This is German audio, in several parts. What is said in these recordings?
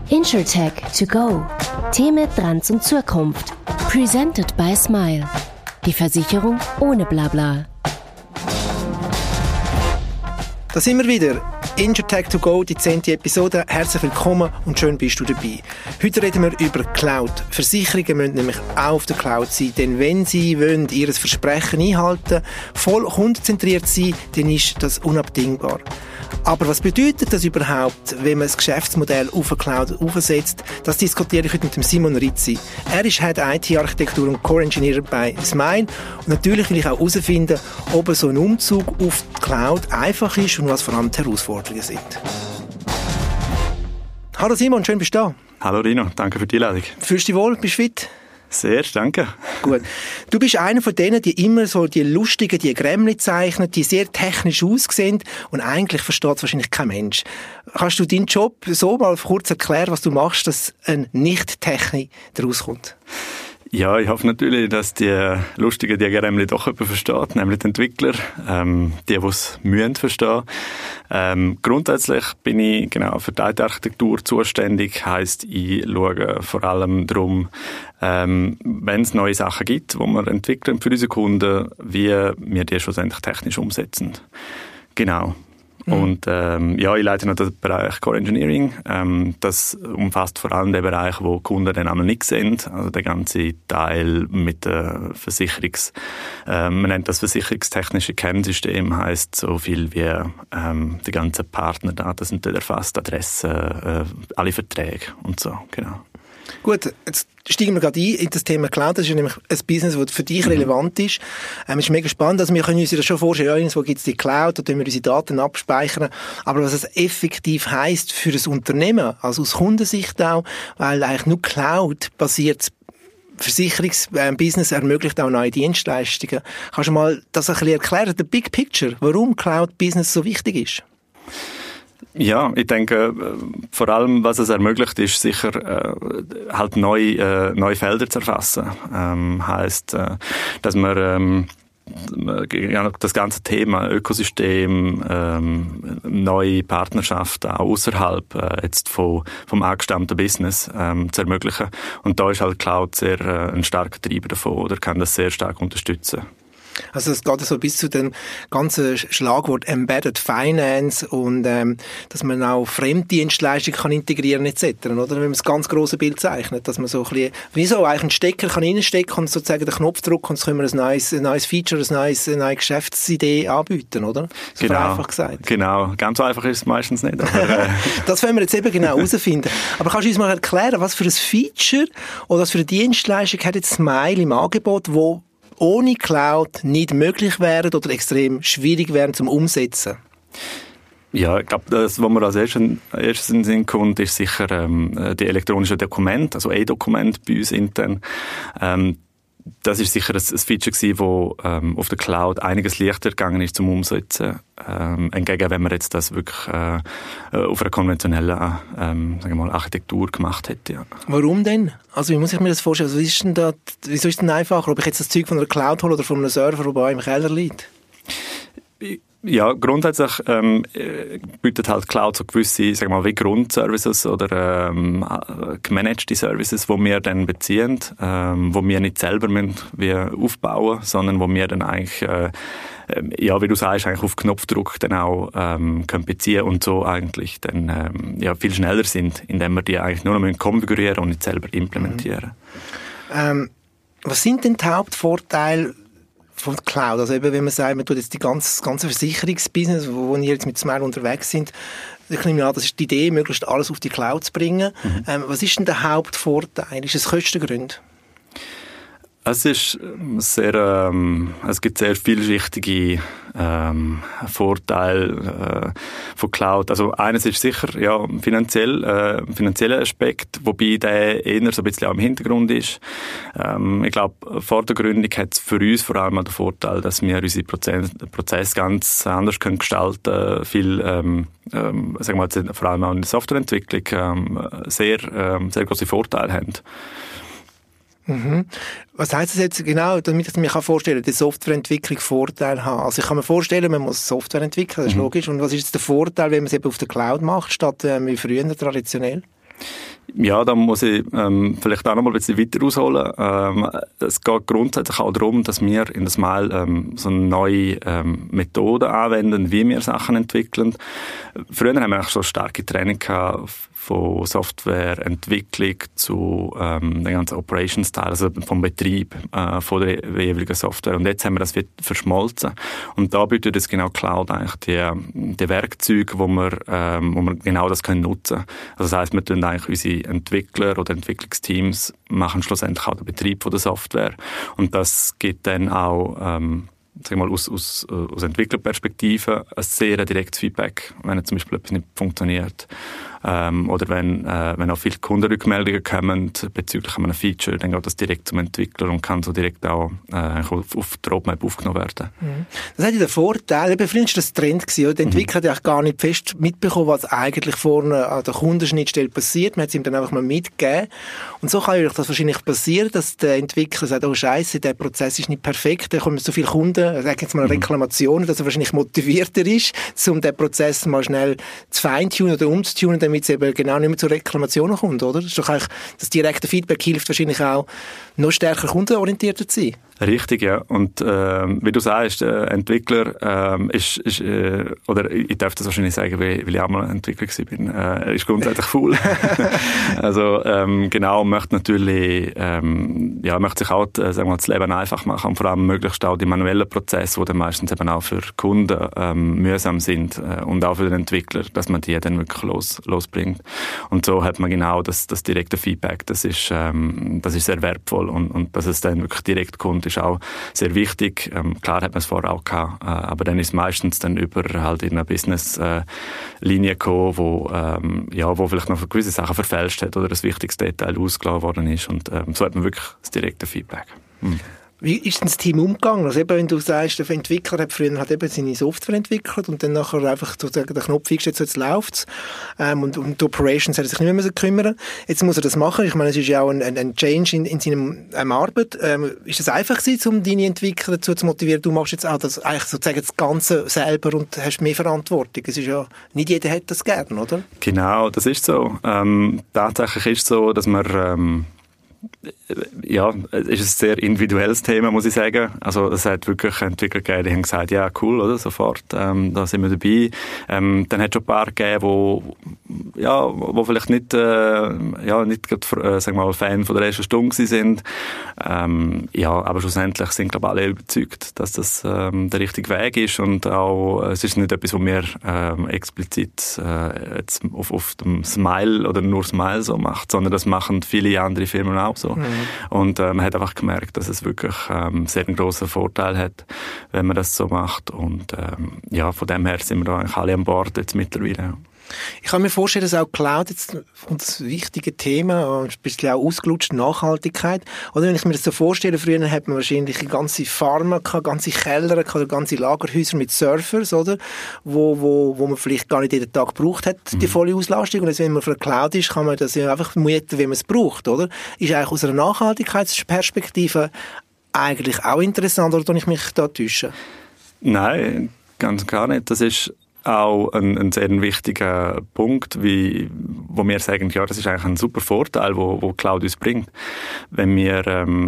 InsurTech to go. Themen, Trends und Zukunft. Presented by Smile. Die Versicherung ohne Blabla. Da sind wir wieder. InsurTech to go, die 10. Episode. Herzlich willkommen und schön bist du dabei. Heute reden wir über Cloud. Versicherungen müssen nämlich auch auf der Cloud sein, denn wenn sie wollen, ihr Versprechen einhalten, voll kundenzentriert sein, dann ist das unabdingbar. Aber was bedeutet das überhaupt, wenn man das Geschäftsmodell auf der Cloud aufsetzt? Das diskutiere ich heute mit dem Simon Rizzi. Er ist Head IT-Architektur und Core Engineer bei Smile. Und natürlich will ich auch herausfinden, ob so ein Umzug auf die Cloud einfach ist und was vor allem die Herausforderungen sind. Hallo Simon, schön bist du da. Hallo Rino, danke für die Einladung. Fühlst du dich wohl? Bist du fit? Sehr, danke. Gut. Du bist einer von denen, die immer so die lustigen, die Gremlin zeichnen, die sehr technisch aussehen und eigentlich versteht wahrscheinlich kein Mensch. Kannst du deinen Job so mal kurz erklären, was du machst, dass ein Nicht-Technik daraus kommt? Ja, ich hoffe natürlich, dass die lustigen Diagramme doch jemand versteht, nämlich die Entwickler, die es müssen verstehen. Grundsätzlich bin ich genau für die IT-Architektur zuständig, heisst, ich schaue vor allem darum, wenn es neue Sachen gibt, die wir entwickeln für unsere Kunden, wie wir die schlussendlich technisch umsetzen. Genau. Und ich leite noch den Bereich Core Engineering. Das umfasst vor allem den Bereich, wo Kunden dann einmal nicht sehen. Also der ganze Teil mit der man nennt das versicherungstechnische Kernsystem, heisst so viel wie die ganzen Partnerdaten sind dort erfasst, Adressen, alle Verträge und so, genau. Gut, jetzt steigen wir gerade ein in das Thema Cloud. Das ist ja nämlich ein Business, das für dich relevant ist. Es ist mega spannend. Also wir können uns das schon vorstellen, ja, irgendwo gibt es die Cloud, da tun wir unsere Daten abspeichern. Aber was es effektiv heisst für ein Unternehmen, also aus Kundensicht auch, weil eigentlich nur Cloud-basiertes Versicherungsbusiness ermöglicht auch neue Dienstleistungen. Kannst du mal das ein bisschen erklären, the big picture, warum Cloud-Business so wichtig ist? Ja, ich denke, vor allem, was es ermöglicht, ist sicher, halt neue Felder zu erfassen. Heisst, dass man, das ganze Thema Ökosystem, neue Partnerschaften auch außerhalb jetzt vom angestammten Business zu ermöglichen. Und da ist halt Cloud sehr ein starker Treiber davon oder kann das sehr stark unterstützen. Also es geht so bis zu dem ganzen Schlagwort Embedded Finance und dass man auch Fremddienstleistungen kann integrieren etc. Oder wenn man das ganz große Bild zeichnet, dass man so ein bisschen, wie so eigentlich einen Stecker kann reinstecken und sozusagen den Knopf drücken und so können wir ein neues Feature, eine neue Geschäftsidee anbieten, oder? So genau, einfach gesagt. Genau, ganz so einfach ist es meistens nicht. Aber, das wollen wir jetzt eben genau herausfinden. Aber kannst du uns mal erklären, was für ein Feature oder was für eine Dienstleistung hat jetzt Smile im Angebot, wo ohne Cloud nicht möglich wären oder extrem schwierig wären zum Umsetzen? Ja, ich glaube, das, was mir als erstes in den Sinn kommt, ist sicher die elektronischen Dokumente, also E-Dokumente bei uns intern. Das ist sicher ein Feature gewesen, wo auf der Cloud einiges leichter gegangen ist zum Umsetzen. Entgegen, wenn man jetzt das wirklich auf einer konventionellen sagen wir mal, Architektur gemacht hätte. Ja. Warum denn? Also wie muss ich mir das vorstellen? Also, wieso ist es denn einfacher, ob ich jetzt das Zeug von einer Cloud hole oder von einem Server, der bei euch im Keller liegt? Ja, grundsätzlich bietet halt Cloud so gewisse, sagen wir mal, wie Grundservices oder gemanagte Services, die wir dann beziehen, wo wir nicht selber wie aufbauen, sondern wo wir dann eigentlich, ja, wie du sagst, eigentlich auf Knopfdruck dann auch können beziehen und so eigentlich dann viel schneller sind, indem wir die eigentlich nur noch konfigurieren und nicht selber implementieren. Was sind denn die Hauptvorteile von der Cloud? Also eben, wenn man sagt, man tut jetzt die ganze Versicherungsbusiness, wo ihr jetzt mit Smile unterwegs sind, ich nehme an, das ist die Idee, möglichst alles auf die Cloud zu bringen. Was ist denn der Hauptvorteil? Ist es Kostengründe? Es ist sehr, es gibt sehr vielschichtige Vorteile von Cloud. Also eines ist sicher ja finanzieller Aspekt, wobei der eher so ein bisschen auch im Hintergrund ist. Ich glaube, vordergründig hat es für uns vor allem den Vorteil, dass wir unsere Prozesse ganz anders können gestalten, viel sagen wir mal, vor allem auch in der Softwareentwicklung sehr große Vorteile haben. Mhm. Was heisst das jetzt genau, damit ich mir vorstellen kann, die Softwareentwicklung Vorteil haben? Also ich kann mir vorstellen, man muss Software entwickeln, das ist logisch. Und was ist jetzt der Vorteil, wenn man es eben auf der Cloud macht, statt wie früher traditionell? Ja, da muss ich vielleicht auch noch mal ein bisschen weiter ausholen. Es geht grundsätzlich auch darum, dass wir in der Smile so eine neue Methode anwenden, wie wir Sachen entwickeln. Früher haben wir eigentlich so starke Training gehabt von Softwareentwicklung zu den ganzen Operations-Teil, also vom Betrieb von der jeweiligen Software. Und jetzt haben wir das verschmolzen. Und da bietet es genau Cloud eigentlich die Werkzeuge, wo wir genau das können nutzen. Also das heisst, wir tun eigentlich unsere Entwickler oder Entwicklungsteams machen schlussendlich auch den Betrieb von der Software. Und das gibt dann auch aus Entwicklerperspektive ein sehr direktes Feedback, wenn zum Beispiel etwas nicht funktioniert. Oder wenn auch viele Kundenrückmeldungen kommen bezüglich einem Feature, dann geht das direkt zum Entwickler und kann so direkt auch auf die Roadmap aufgenommen werden. Das hat ja den Vorteil, früher war das Trend gewesen, der Entwickler hat ja gar nicht fest mitbekommen, was eigentlich vorne an der Kundenschnittstelle passiert. Man hat es ihm dann einfach mal mitgegeben. Und so kann das wahrscheinlich passieren, dass der Entwickler sagt, oh Scheiße, der Prozess ist nicht perfekt, da kommen so viele Kunden, sagen jetzt mal Reklamationen, dass er wahrscheinlich motivierter ist, um den Prozess mal schnell zu feintunen oder umzutunen, damit es eben genau nicht mehr zu Reklamationen kommt, oder? Das ist doch eigentlich, das direkte Feedback hilft wahrscheinlich auch, noch stärker kundenorientierter zu sein. Richtig, ja. Und wie du sagst, Entwickler ist oder ich darf das wahrscheinlich sagen, weil ich auch mal Entwickler bin, ist grundsätzlich faul. Also genau, möchte natürlich möchte sich auch sagen wir mal, das Leben einfach machen und vor allem möglichst auch die manuellen Prozesse, die dann meistens eben auch für Kunden mühsam sind und auch für den Entwickler, dass man die dann wirklich losbringt. Und so hat man genau das direkte Feedback, das ist sehr wertvoll und dass es dann wirklich direkt kommt, ist auch sehr wichtig. Klar hat man es vorher auch gehabt, aber dann ist es meistens dann über halt in eine Business-Linie gekommen, wo vielleicht noch gewisse Sachen verfälscht hat oder das wichtigste Detail ausgelassen worden ist und so hat man wirklich das direkte Feedback. Wie ist denn das Team umgegangen? Also eben, wenn du sagst, der Entwickler hat früher eben seine Software entwickelt und dann nachher einfach sozusagen den Knopf eingestellt, so jetzt läuft's. Und die Operations hat er sich nicht mehr kümmern. Jetzt muss er das machen. Ich meine, es ist ja auch ein Change in seinem Arbeit. Ist es einfach gewesen, um deine Entwickler dazu zu motivieren? Du machst jetzt auch das, eigentlich sozusagen das Ganze selber und hast mehr Verantwortung. Es ist ja, nicht jeder hätte das gern, oder? Genau, das ist so. Tatsächlich ist es so, dass man es ist ein sehr individuelles Thema, muss ich sagen. Also es hat wirklich Entwickler gegeben, die haben gesagt, ja cool, oder, sofort, da sind wir dabei. Dann hat es schon ein paar gegeben, wo vielleicht nicht gerade, sagen wir mal, Fan von der ersten Stunde sind. Aber schlussendlich sind, glaube ich, alle überzeugt, dass das der richtige Weg ist und auch, es ist nicht etwas, was wir explizit jetzt auf dem Smile oder nur Smile so macht, sondern das machen viele andere Firmen auch so. Und man hat einfach gemerkt, dass es wirklich sehr einen grossen Vorteil hat, wenn man das so macht. Und von dem her sind wir da eigentlich alle an Bord jetzt mittlerweile. Ich kann mir vorstellen, dass auch Cloud jetzt das wichtige Thema, ein bisschen auch ausgelutscht, Nachhaltigkeit. Oder wenn ich mir das so vorstelle, früher hat man wahrscheinlich ganze Farmen gehabt, ganze Keller gehabt, ganze Lagerhäuser mit Servers, oder? Wo man vielleicht gar nicht jeden Tag gebraucht hat, die volle Auslastung. Und jetzt, wenn man für eine Cloud ist, kann man das ja einfach mieten, wie man es braucht, oder? Ist eigentlich aus einer Nachhaltigkeitsperspektive eigentlich auch interessant, oder tue ich mich da täuschen? Nein, ganz klar nicht. Das ist auch ein sehr wichtiger Punkt, wo wir sagen, ja, das ist eigentlich ein super Vorteil, wo Cloud uns bringt. Wenn wir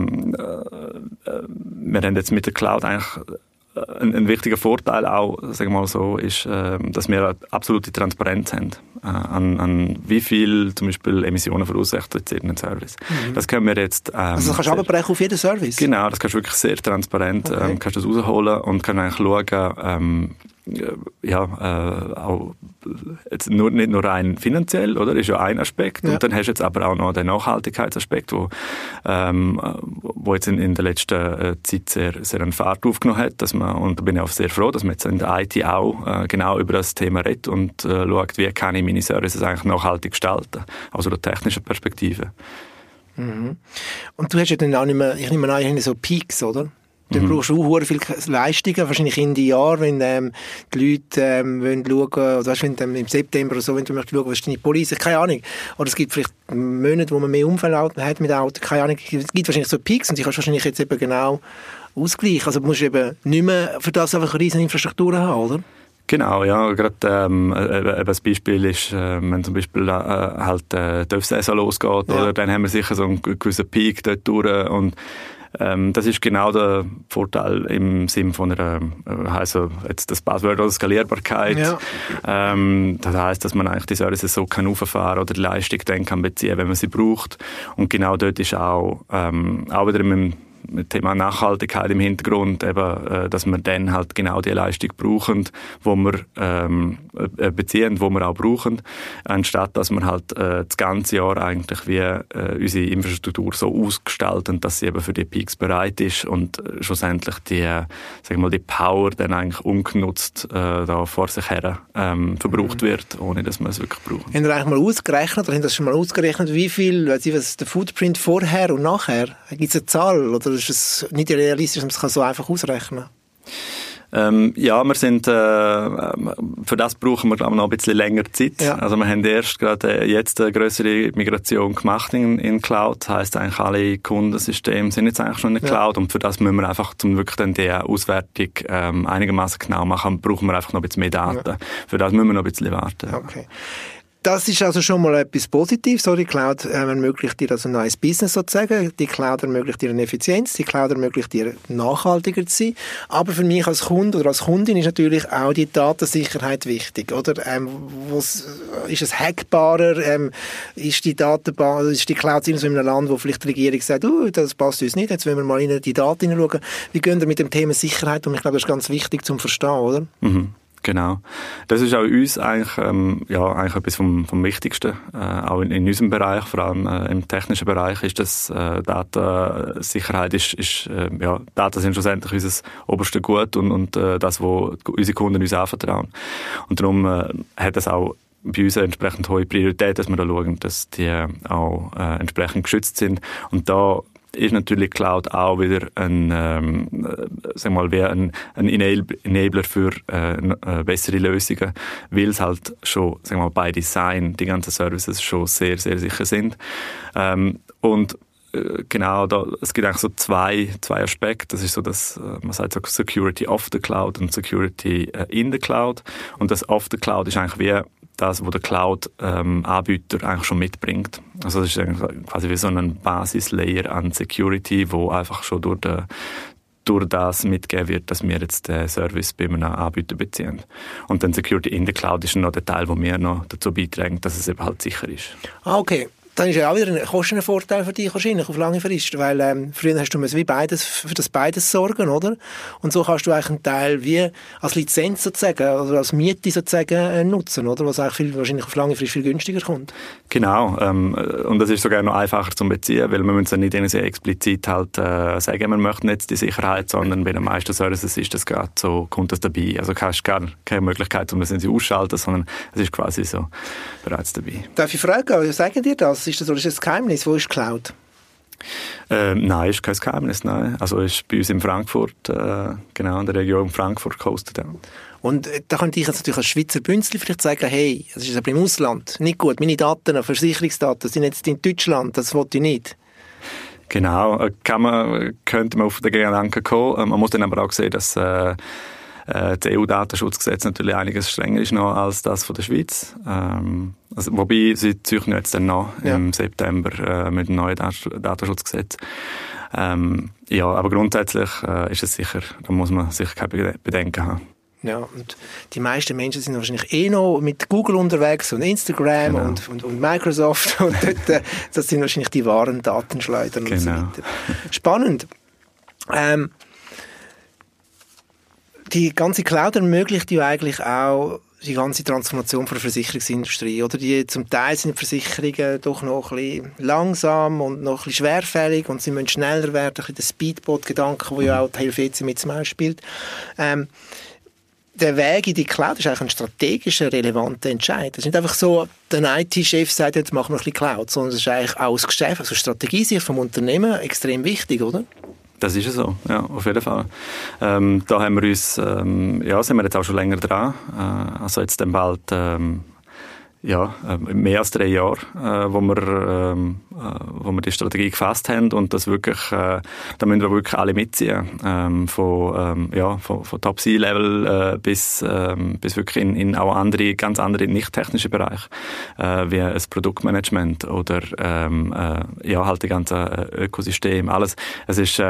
haben jetzt mit der Cloud eigentlich ein wichtiger Vorteil auch, sagen wir mal so, ist, dass wir eine absolute Transparenz haben an wie viel zum Beispiel Emissionen verursacht jetzt irgendein Service. Das können wir jetzt also das kannst du abbrechen auf jeden Service? Genau, das kannst du wirklich sehr transparent kannst das rausholen und kannst eigentlich schauen, auch jetzt nicht nur rein finanziell, oder? Das ist ja ein Aspekt. Ja. Und dann hast du jetzt aber auch noch den Nachhaltigkeitsaspekt, wo jetzt in der letzten Zeit sehr, sehr an Fahrt aufgenommen hat, und da bin ich auch sehr froh, dass man jetzt in der IT auch genau über das Thema redet und schaut, wie kann ich meine Services eigentlich nachhaltig gestalten, also der technischen Perspektive. Mhm. Und du hast ja dann auch nicht mehr, ich nehme an, so Peaks, oder? Du brauchst auch viel Leistungen, wahrscheinlich in die Jahr, wenn die Leute wollen schauen, oder weißt, wenn im September oder so, wenn du möchtest schauen, was ist deine Police, keine Ahnung. Oder es gibt vielleicht Monate, wo man mehr Unfälle hat mit dem Auto, keine Ahnung. Es gibt wahrscheinlich so Peaks und die kannst du wahrscheinlich jetzt eben genau ausgleichen. Also du musst eben nicht mehr für das einfach eine riesen Infrastruktur haben, oder? Genau, ja. Gerade ein Beispiel ist, wenn zum Beispiel die Saison losgeht, oder, dann haben wir sicher so einen gewissen Peak dort durch und das ist genau der Vorteil im Sinne von einer, also jetzt das Buzzword oder Skalierbarkeit. Ja. Das heisst, dass man eigentlich die Services so kann auffahren oder die Leistung dann kann beziehen, wenn man sie braucht. Und genau dort ist auch wieder mit Thema Nachhaltigkeit im Hintergrund, eben, dass wir dann halt genau die Leistung brauchen, wo wir beziehen, wo wir auch brauchen, anstatt dass wir halt das ganze Jahr eigentlich wie unsere Infrastruktur so ausgestalten, dass sie eben für die Peaks bereit ist und schlussendlich die Power dann eigentlich ungenutzt da vor sich her verbraucht wird, ohne dass man es wirklich braucht. Haben Sie eigentlich mal ausgerechnet, oder haben Sie das schon mal ausgerechnet, wie viel, was der Footprint vorher und nachher, gibt es eine Zahl, oder ist es nicht realistisch, dass man es so einfach ausrechnen kann? Ja, wir sind, für das brauchen wir, glaube ich, noch ein bisschen länger Zeit. Ja. Also wir haben erst gerade jetzt eine grössere Migration gemacht in Cloud. Das heisst, eigentlich alle Kundensysteme sind jetzt eigentlich schon in der Cloud. Und für das müssen wir einfach, um wirklich dann die Auswertung einigermaßen genau machen, brauchen wir einfach noch ein bisschen mehr Daten. Ja. Für das müssen wir noch ein bisschen warten. Okay. Das ist also schon mal etwas Positives. Die Cloud ermöglicht dir also ein neues Business sozusagen. Die Cloud ermöglicht dir eine Effizienz. Die Cloud ermöglicht dir nachhaltiger zu sein. Aber für mich als Kunde oder als Kundin ist natürlich auch die Datensicherheit wichtig, oder? Ist es hackbarer? Ist die Cloud in so einem Land, wo vielleicht die Regierung sagt, das passt uns nicht, jetzt wollen wir mal in die Daten hineinschauen. Wie gehen wir mit dem Thema Sicherheit um? Ich glaube, das ist ganz wichtig zum Verstehen, oder? Mhm. Genau. Das ist auch uns eigentlich etwas vom Wichtigsten. Auch in unserem Bereich, vor allem im technischen Bereich, ist das Datensicherheit Daten sind schlussendlich unser oberstes Gut und das, was unsere Kunden uns anvertrauen. Und darum hat das auch bei uns eine entsprechend hohe Priorität, dass wir da schauen, dass die auch entsprechend geschützt sind. Und da ist natürlich Cloud auch wieder ein Enabler für bessere Lösungen, weil es halt schon, bei Design die ganzen Services schon sehr, sehr sicher sind. Genau, es gibt eigentlich so zwei Aspekte. Das ist so, dass man sagt so Security of the Cloud und Security in the Cloud. Und das of the Cloud ist eigentlich wie das, was der Cloud-Anbieter eigentlich schon mitbringt. Also das ist quasi wie so ein Basislayer an Security, wo einfach schon durch das mitgegeben wird, dass wir jetzt den Service bei einem Anbieter beziehen. Und dann Security in der Cloud ist noch der Teil, wo wir noch dazu beitragen, dass es eben halt sicher ist. Okay. Dann ist ja auch wieder ein Kostenvorteil für dich wahrscheinlich auf lange Frist, weil früher hast du für das beides sorgen, oder? Und so kannst du eigentlich einen Teil wie als Lizenz sozusagen oder als Miete sozusagen nutzen, oder? Was eigentlich wahrscheinlich auf lange Frist viel günstiger kommt. Genau, und das ist sogar noch einfacher zu beziehen, weil wir müssen dann nicht sehr explizit halt sagen, wir möchten jetzt die Sicherheit, sondern bei den meisten Services ist das gerade so, kommt das dabei. Also hast gar keine Möglichkeit, um das ausschalten, sondern es ist quasi so bereits dabei. Darf ich fragen, was sagen dir das? Ist das ein Geheimnis? Wo ist Cloud? Nein, ist kein Geheimnis, nein. Also ist bei uns in Frankfurt, genau in der Region Frankfurt gehostet. Ja. Und da könnte ich jetzt natürlich als Schweizer Bünzli vielleicht sagen, hey, das ist aber im Ausland nicht gut. Meine Daten, Versicherungsdaten sind jetzt in Deutschland, das wollte ich nicht. Genau, könnte man auf den Gedanken kommen. Man muss dann aber auch sehen, dass das EU-Datenschutzgesetz natürlich einiges strenger ist noch als das von der Schweiz. Wobei sie züchten jetzt dann noch im September mit dem neuen Datenschutzgesetz. Aber grundsätzlich ist es sicher, da muss man sicher keine Bedenken haben. Ja, und die meisten Menschen sind wahrscheinlich noch mit Google unterwegs und Instagram und Microsoft und dort, das sind wahrscheinlich die wahren Datenschleudern und so weiter. Spannend. Die ganze Cloud ermöglicht ja eigentlich auch die ganze Transformation von der Versicherungsindustrie. Oder zum Teil sind die Versicherungen doch noch ein bisschen langsam und noch ein bisschen schwerfällig und sie müssen schneller werden. Ein bisschen der Speedboat-Gedanke, wo ja auch die Helvetia mit zum Beispiel spielt. Der Weg in die Cloud ist eigentlich ein strategischer, relevanter Entscheid. Es ist nicht einfach so, der IT-Chef sagt, jetzt machen wir ein bisschen Cloud, sondern es ist eigentlich auch das Geschäft, also Strategie vom Unternehmen extrem wichtig, oder? Das ist so, ja, auf jeden Fall. Da haben wir uns, sind wir jetzt auch schon länger dran. Also jetzt dann bald, ja, mehr als 3 Jahre, wo wir die Strategie gefasst haben und das wirklich, da müssen wir wirklich alle mitziehen, von Top C-Level bis wirklich in auch ganz andere nicht technische Bereiche, wie das Produktmanagement oder halt die ganze Ökosystem, alles. Es ist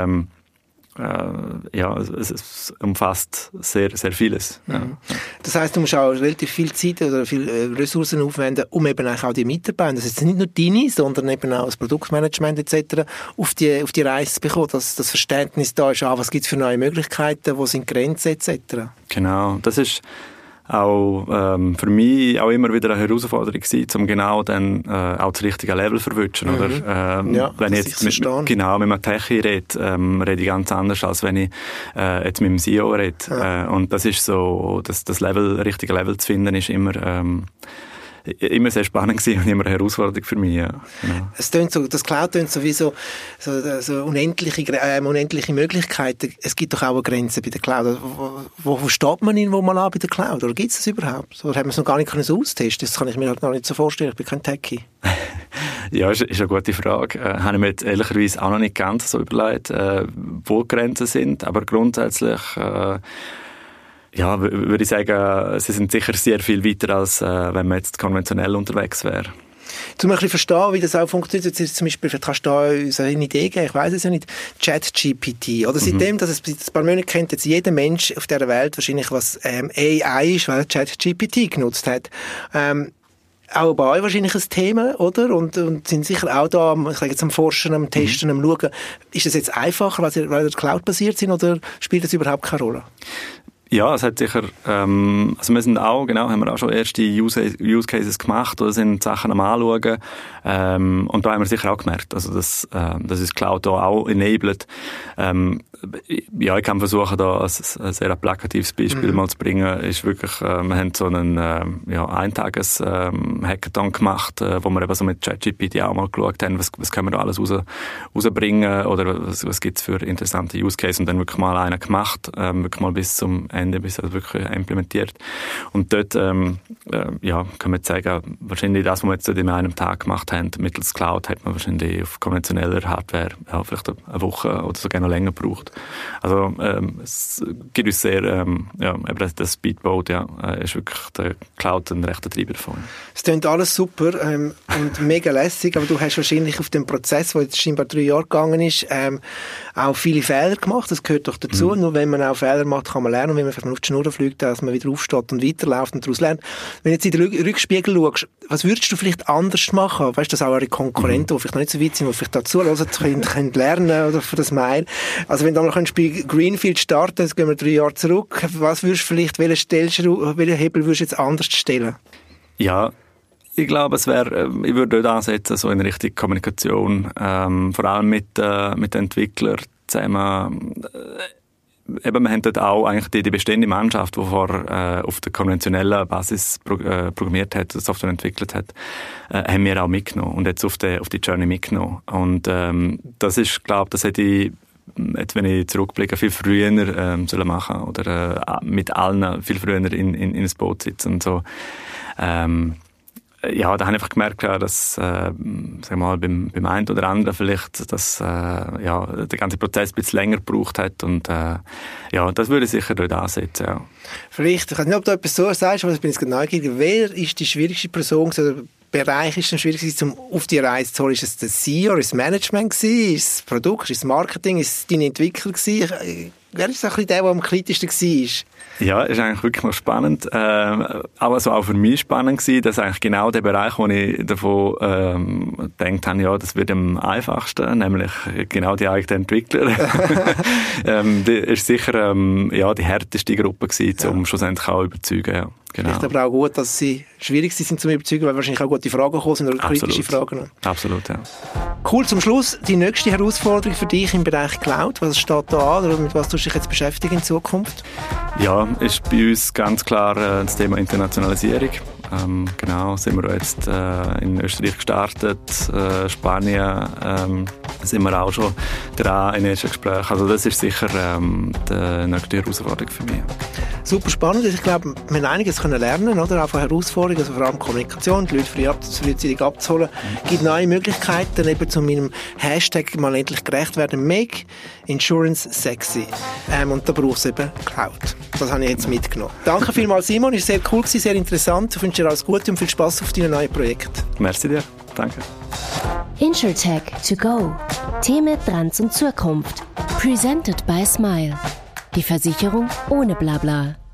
es umfasst sehr, sehr vieles. Ja. Das heisst, du musst auch relativ viel Zeit oder viel Ressourcen aufwenden, um eben auch die Mitarbeiter, das ist nicht nur deine, sondern eben auch das Produktmanagement etc. auf die Reise zu bekommen, dass das Verständnis da ist, was gibt es für neue Möglichkeiten, wo sind Grenzen etc. Genau, das ist auch für mich auch immer wieder eine Herausforderung gewesen, um genau dann auch das richtige Level zu verwutschen. Oder? Wenn ich jetzt mit einem Techie rede, rede ich ganz anders, als wenn ich jetzt mit dem CEO rede. Ja. Und das ist so, das richtige Level zu finden, ist immer sehr spannend gewesen und immer eine Herausforderung für mich. Ja. Genau. Das Cloud tönt sowieso so unendliche Möglichkeiten. Es gibt doch auch eine Grenze bei der Cloud. Wo steht man irgendwo mal an bei der Cloud? Oder gibt es das überhaupt? Oder hat man es noch gar nicht so austesten? Das kann ich mir halt noch nicht so vorstellen. Ich bin kein Techie. Ja, ist eine gute Frage. Habe ich mir jetzt ehrlicherweise auch noch nicht ganz so überlegt, wo die Grenzen sind. Aber grundsätzlich würde ich sagen, sie sind sicher sehr viel weiter, als wenn man jetzt konventionell unterwegs wäre. Um ein bisschen verstehen, wie das auch funktioniert, jetzt zum Beispiel, kannst du da uns eine Idee geben, ich weiss es ja nicht, ChatGPT, oder seitdem, dass es ein paar Monate kennt jetzt jeder Mensch auf dieser Welt wahrscheinlich, was AI ist, weil er ChatGPT genutzt hat. Auch bei euch wahrscheinlich ein Thema, oder? Und sind sicher auch da, ich sage jetzt am Forschen, am Testen, am Schauen. Ist das jetzt einfacher, weil ihr Cloud-basiert sind, oder spielt das überhaupt keine Rolle? Ja, es hat sicher, also wir sind auch, haben wir auch schon erste Use Cases gemacht oder sind Sachen am Anschauen, und da haben wir sicher auch gemerkt, also das ist Cloud da auch enabled. Ich kann versuchen, da ein sehr plakatives Beispiel mal zu bringen, ist wirklich, wir haben so einen, Eintages Hackathon gemacht, wo wir eben so mit ChatGPT auch mal geschaut haben, was können wir da alles rausbringen oder was gibt's für interessante Use Cases, und dann wirklich mal einen gemacht, wirklich mal bis zum Ende, bis er wirklich implementiert. Und dort, können wir sagen, wahrscheinlich das, was wir jetzt in einem Tag gemacht haben, mittels Cloud, hat man wahrscheinlich auf konventioneller Hardware vielleicht eine Woche oder sogar noch länger gebraucht. Also, es gibt uns sehr, eben das Speedboat, ist wirklich der Cloud ein rechter Treiber davon. Es klingt alles super, und mega lässig, aber du hast wahrscheinlich auf dem Prozess, der jetzt scheinbar 3 Jahre gegangen ist, auch viele Fehler gemacht, das gehört doch dazu. Nur wenn man auch Fehler macht, kann man lernen, und wenn man vielleicht auf die Schnur fliegt, dass man wieder aufsteht und weiterläuft und daraus lernt. Wenn du jetzt in den Rückspiegel schaust, was würdest du vielleicht anders machen? Weißt du, dass auch eure Konkurrenten, die vielleicht noch nicht so weit sind, die vielleicht dazu können lernen oder für das Mail. Also wenn du mal bei Greenfield starten, jetzt gehen wir 3 Jahre zurück, was würdest du vielleicht, welchen Hebel würdest du jetzt anders stellen? Ja, ich glaube, ich würde dort ansetzen, so in Richtung Kommunikation, vor allem mit den Entwicklern zusammen. Eben, wir haben dort auch eigentlich die bestehende Mannschaft, die vorher auf der konventionellen Basis programmiert hat, Software entwickelt hat, haben wir auch mitgenommen und jetzt auf die Journey mitgenommen. Und das ist, glaube, das hätte ich jetzt, wenn ich zurückblicke, viel früher sollen machen oder mit allen viel früher in ein Boot sitzen und so. Da habe ich einfach gemerkt, dass sagen wir mal, beim einen oder anderen vielleicht, dass der ganze Prozess ein bisschen länger gebraucht hat, und das würde ich sicher dort ansetzen. Ja. Vielleicht, ich weiß nicht, ob du etwas so sagst, aber ich bin jetzt neugierig. Wer ist die schwierigste Person, oder Bereich ist es schwierig, um auf die Reise zu holen? Ist es der CEO, ist es das Management gewesen, ist es das Produkt, ist es das Marketing, ist es dein Entwickler gewesen? Wer ist ein bisschen der am kritischsten war? Ja, ist eigentlich wirklich noch spannend. Aber also auch für mich spannend gewesen, dass eigentlich genau der Bereich, wo ich davon gedacht habe, das wird am einfachsten, nämlich genau die eigenen Entwickler. Die ist sicher die härteste Gruppe gewesen, um schlussendlich auch überzeugen. Ja. Genau. Vielleicht aber auch gut, dass sie schwierig sind zum Überzeugen, weil wahrscheinlich auch gute Fragen gekommen sind oder kritische Fragen. Absolut, ja. Cool, zum Schluss die nächste Herausforderung für dich im Bereich Cloud. Was steht da an oder mit was tust du dich jetzt beschäftigen in Zukunft? Ja, ist bei uns ganz klar das Thema Internationalisierung. Genau, sind wir jetzt in Österreich gestartet, Spanien sind wir auch schon dran in ersten Gesprächen. Also das ist sicher die nächste Herausforderung für mich. Super spannend. Ich glaube, wir haben einiges lernen, oder? Auch von Herausforderungen, also vor allem Kommunikation, die Leute frühzeitig abzuholen. Es gibt neue Möglichkeiten, eben zu meinem Hashtag mal endlich gerecht werden. Make Insurance sexy. Und da braucht es eben Cloud. Das habe ich jetzt mitgenommen. Danke vielmals, Simon. Es war sehr cool, sehr interessant. Ich wünsche dir alles Gute und viel Spass auf deinen neuen Projekten. Merci dir. Danke. InsurTech to go. Themen, Trans und Zukunft. Presented by Smile. Die Versicherung ohne Blabla.